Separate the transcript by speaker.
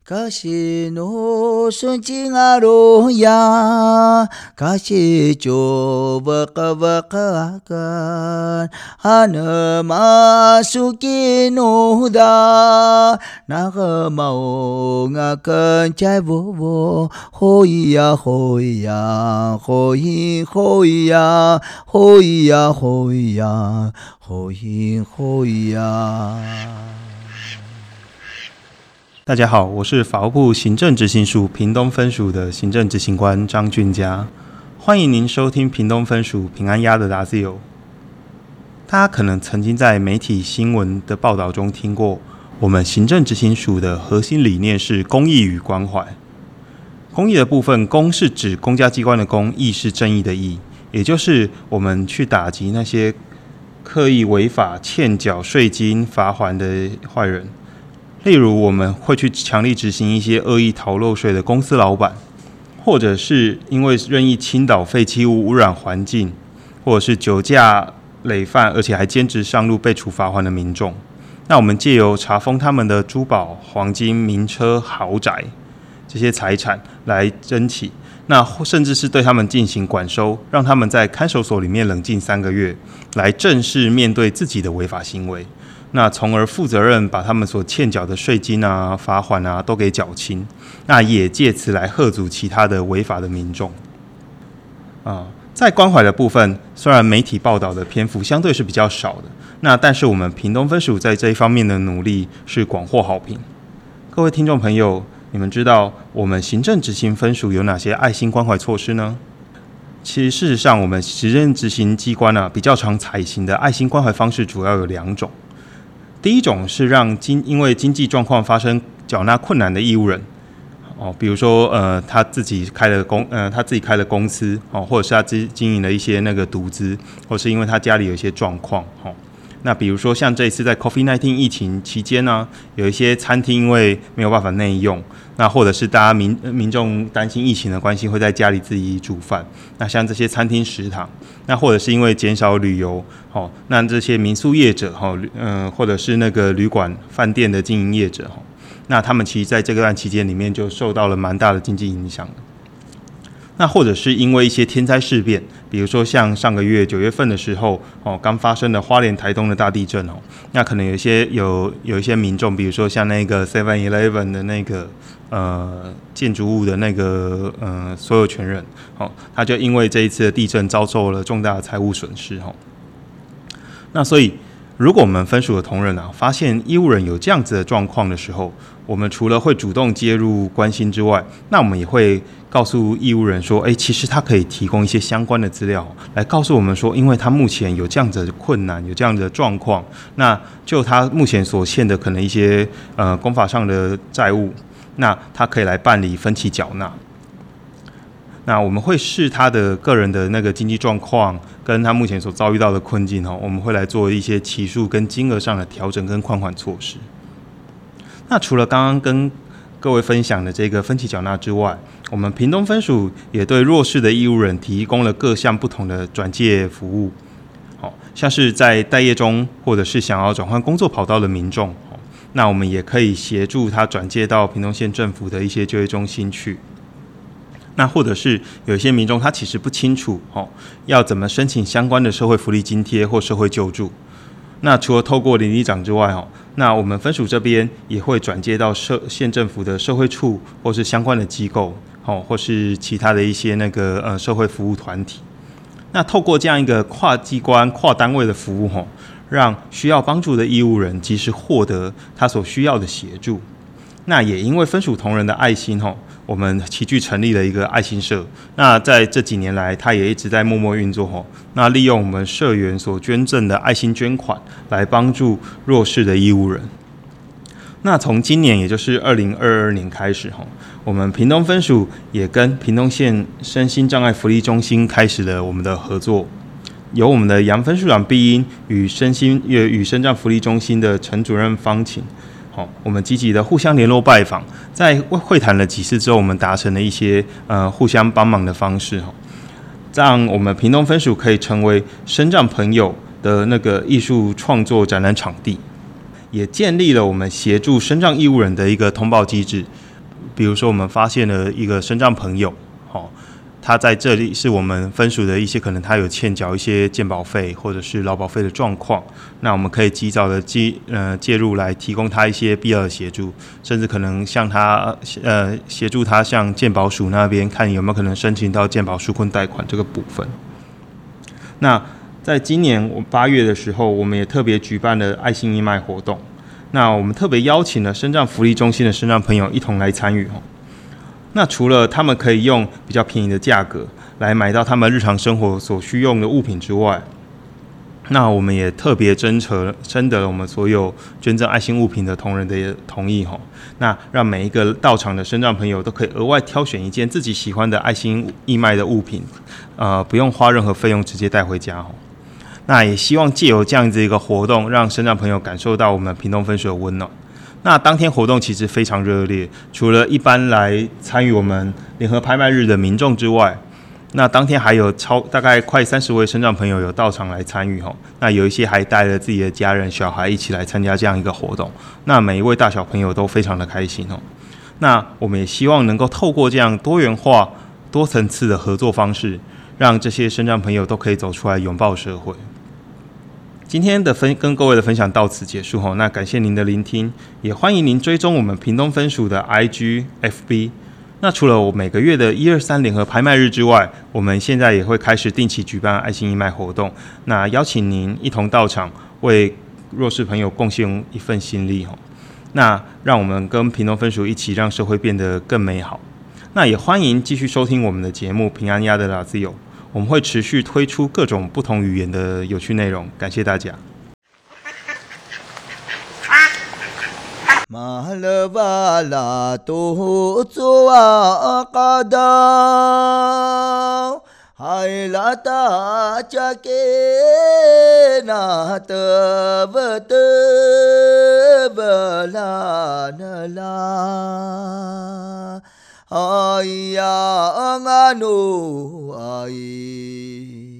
Speaker 1: kasi no sunjing aroya kasi coba kebakakan hana masukin uda naga mau ngakan cai bobo hoya hoya hoyi hoya hoya hoya hoyi hoya。
Speaker 2: 大家好，我是法务部行政执行署屏东分署的行政执行官张俊佳，欢迎您收听屏东分署平安鸭的达自由。大家可能曾经在媒体新闻的报道中听过，我们行政执行署的核心理念是公益与关怀。公益的部分，公是指公家机关的公，义是正义的义，也就是我们去打击那些刻意违法欠缴税金罚锾的坏人。例如我们会去强力执行一些恶意逃漏税的公司老板，或者是因为任意倾倒废弃物污染环境，或者是酒驾累犯而且还兼职上路被处罚锾的民众。那我们借由查封他们的珠宝、黄金、名车、豪宅这些财产来征起，那甚至是对他们进行管收，让他们在看守所里面冷静3个月，来正式面对自己的违法行为。那从而负责任把他们所欠缴的税金啊、罚锾啊都给缴清，那也借此来吓阻其他的违法的民众。在关怀的部分，虽然媒体报道的篇幅相对是比较少的，那但是我们屏东分署在这一方面的努力是广获好评。各位听众朋友，你们知道我们行政执行分署有哪些爱心关怀措施呢？其实事实上，我们行政执行机关比较常采行的爱心关怀方式主要有2种。第一种是让因为经济状况发生缴纳困难的义务人，比如说他自己开了公司，或者是他经营了一些那个独资，或是因为他家里有一些状况，那比如说像这一次在 COVID-19 疫情期间呢，有一些餐厅因为没有办法内用，那或者是大家民众担心疫情的关系，会在家里自己煮饭。那像这些餐厅食堂，那或者是因为减少旅游，那这些民宿业者，或者是那个旅馆饭店的经营业者，那他们其实在这段期间里面就受到了蛮大的经济影响的。那或者是因为一些天灾事变，比如说像上个月9月份的时候，刚发生的花莲、台东的大地震，那可能有一些民众，比如说像那个 7-Eleven 的那个建筑物的那个所有权人，他就因为这一次的地震遭受了重大的财务损失。那所以如果我们分署的同仁发现义务人有这样子的状况的时候，我们除了会主动介入关心之外，那我们也会告诉义务人说，其实他可以提供一些相关的资料来告诉我们说，因为他目前有这样子的困难，有这样子的状况，那就他目前所欠的可能一些公法上的债务，那他可以来办理分期缴纳。那我们会视他的个人的那个经济状况跟他目前所遭遇到的困境，我们会来做一些期数跟金额上的调整跟宽缓措施。那除了刚刚跟各位分享的这个分期缴纳之外，我们屏东分署也对弱势的义务人提供了各项不同的转介服务，像是在待业中或者是想要转换工作跑道的民众，那我们也可以协助他转介到屏东县政府的一些就业中心去。那或者是有一些民众他其实不清楚要怎么申请相关的社会福利津贴或社会救助，那除了透过邻里长之外，那我们分署这边也会转接到县政府的社会处或是相关的机构，或是其他的一些那个社会服务团体。那透过这样一个跨机关跨单位的服务，让需要帮助的义务人及时获得他所需要的协助。那也因为分署同仁的爱心，我们齐聚成立了一个爱心社。那在这几年来，它也一直在默默运作。那利用我们社员所捐赠的爱心捐款，来帮助弱势的义务人。那从今年，也就是2022年开始，我们屏东分署也跟屏东县身心障碍福利中心开始了我们的合作。由我们的杨分署长碧英与身障福利中心的陈主任方晴，我们积极的互相联络拜访，在会谈了几次之后，我们达成了一些互相帮忙的方式，让我们屏东分署可以成为身障朋友的那个艺术创作展览场地，也建立了我们协助身障义务人的一个通报机制。 比如说我们发现了一个身障朋友，他在这里是我们分属的一些可能他有欠缴一些健保费或者是劳保费的状况，那我们可以及早的介入来提供他一些必要的协助，甚至可能向他协助他向健保署那边看有没有可能申请到健保纾困贷款这个部分。那在今年8月的时候，我们也特别举办了爱心义卖活动，那我们特别邀请了身障福利中心的身障朋友一同来参与。那除了他们可以用比较便宜的价格来买到他们日常生活所需用的物品之外，那我们也特别征得了我们所有捐赠爱心物品的同仁的同意，那让每一个到场的身障朋友都可以额外挑选一件自己喜欢的爱心义卖的物品，不用花任何费用直接带回家。那也希望借由这样子一个活动，让身障朋友感受到我们屏东分署的温暖。那当天活动其实非常热烈，除了一般来参与我们联合拍卖日的民众之外，那当天还有大概快30位身障朋友有到场来参与，那有一些还带了自己的家人小孩一起来参加这样一个活动，那每一位大小朋友都非常的开心。那我们也希望能够透过这样多元化多层次的合作方式，让这些身障朋友都可以走出来拥抱社会。今天的跟各位的分享到此结束，那感谢您的聆听，也欢迎您追踪我们屏东分署的 IG、FB。那除了我每个月的1、2、3联合拍卖日之外，我们现在也会开始定期举办爱心义卖活动，那邀请您一同到场，为弱势朋友贡献一份心力，那让我们跟屏东分署一起让社会变得更美好。那也欢迎继续收听我们的节目《平安鸭的拉自由》。我们会持续推出各种不同语言的有趣内容，感谢大家。
Speaker 1: Mahalwala tu chua qadau hai la ta cha ke na ta la na la ai ya nganu ai